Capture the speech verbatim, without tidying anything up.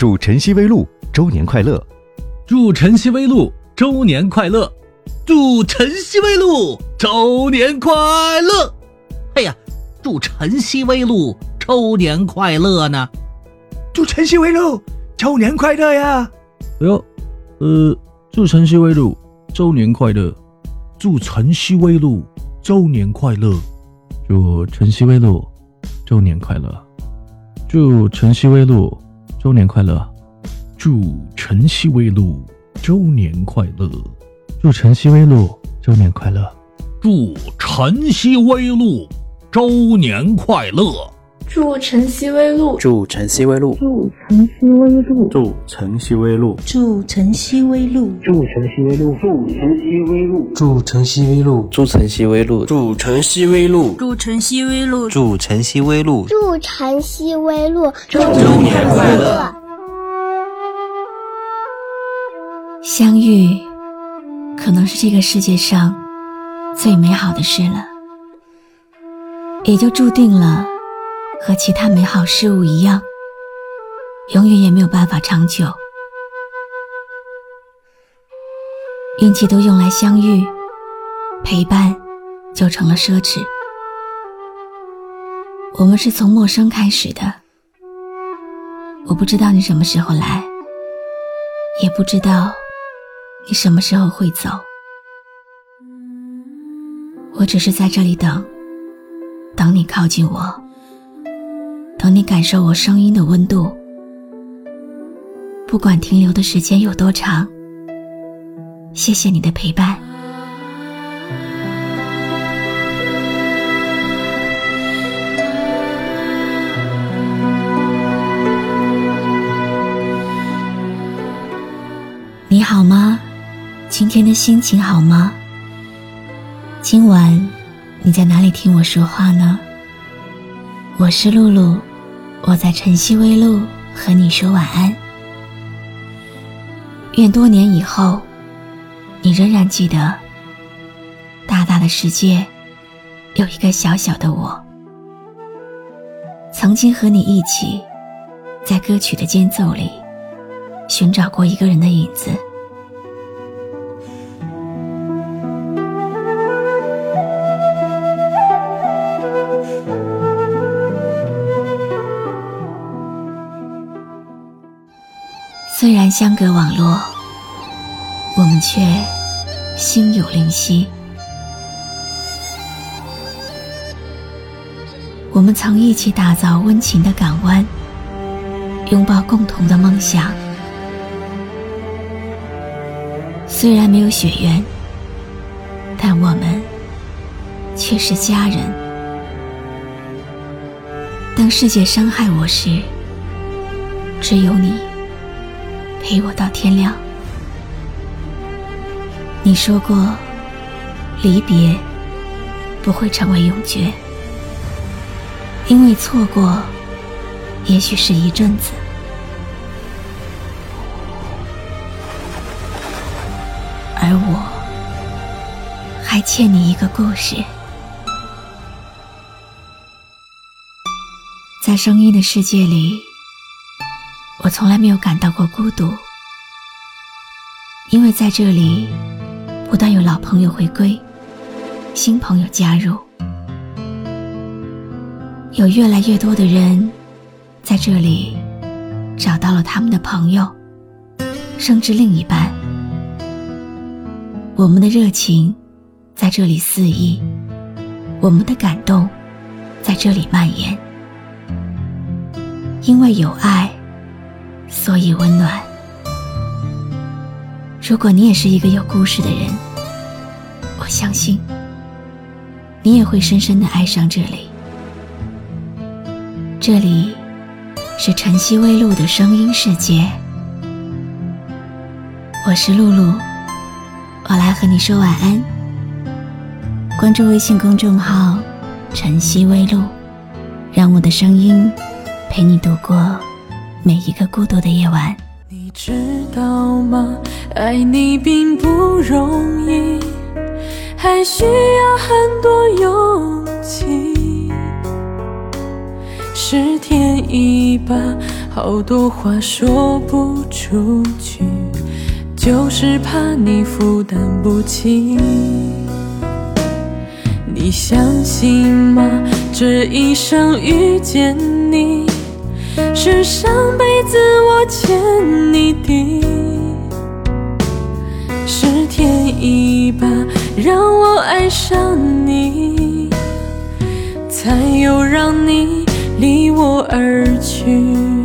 祝晨曦微露周年快乐！ 祝晨曦微露周年快乐！祝晨曦微露周年快乐！哎呀，祝晨曦微露周年快乐呢！ 祝晨曦微露周年快乐呀！ 哎呦，呃，祝晨曦微露周年快乐！祝晨曦微露周年快乐！祝晨曦微露周年快乐！祝晨曦微露周年快乐！祝晨曦微露周年快乐！祝晨曦微露周年快乐！ 祝晨曦微露周年快乐！ 祝晨曦微露， 祝晨曦微露， 祝晨曦微露， 祝晨曦微露， 祝晨曦微露， 祝晨曦微露，祝晨曦微露， 祝晨曦微露，祝晨曦微露，祝晨曦微露， 祝晨曦微露， 祝晨曦微露， 祝晨曦微露周年快乐！ 相遇，可能是这个世界上最美好的事了，也就注定了。和其他美好事物一样，永远也没有办法长久。运气都用来相遇，陪伴就成了奢侈。我们是从陌生开始的，我不知道你什么时候来，也不知道你什么时候会走。我只是在这里等，等你靠近我，等你感受我声音的温度，不管停留的时间有多长，谢谢你的陪伴。你好吗？今天的心情好吗？今晚你在哪里听我说话呢？我是露露，我在晨曦微露和你说晚安。愿多年以后，你仍然记得，大大的世界有一个小小的我，曾经和你一起在歌曲的间奏里寻找过一个人的影子。虽然相隔网络，我们却心有灵犀。我们曾一起打造温情的港湾，拥抱共同的梦想。虽然没有血缘，但我们却是家人。当世界伤害我时，只有你陪我到天亮。你说过，离别不会成为永诀，因为错过也许是一阵子，而我还欠你一个故事。在声音的世界里，我从来没有感到过孤独，因为在这里不但有老朋友回归，新朋友加入，有越来越多的人在这里找到了他们的朋友，甚至另一半。我们的热情在这里肆意，我们的感动在这里蔓延。因为有爱，所以温暖。如果你也是一个有故事的人，我相信你也会深深地爱上这里。这里是晨曦微露的声音世界，我是露露，我来和你说晚安。关注微信公众号晨曦微露，让我的声音陪你度过每一个孤独的夜晚。 你知道吗？爱你并不容易，还需要很多勇气。是天意吧， 好多话说不出去，就是怕你负担不起。你相信吗？这一生遇见你，是上辈子我欠你的，是天意吧，让我爱上你，才有让你离我而去。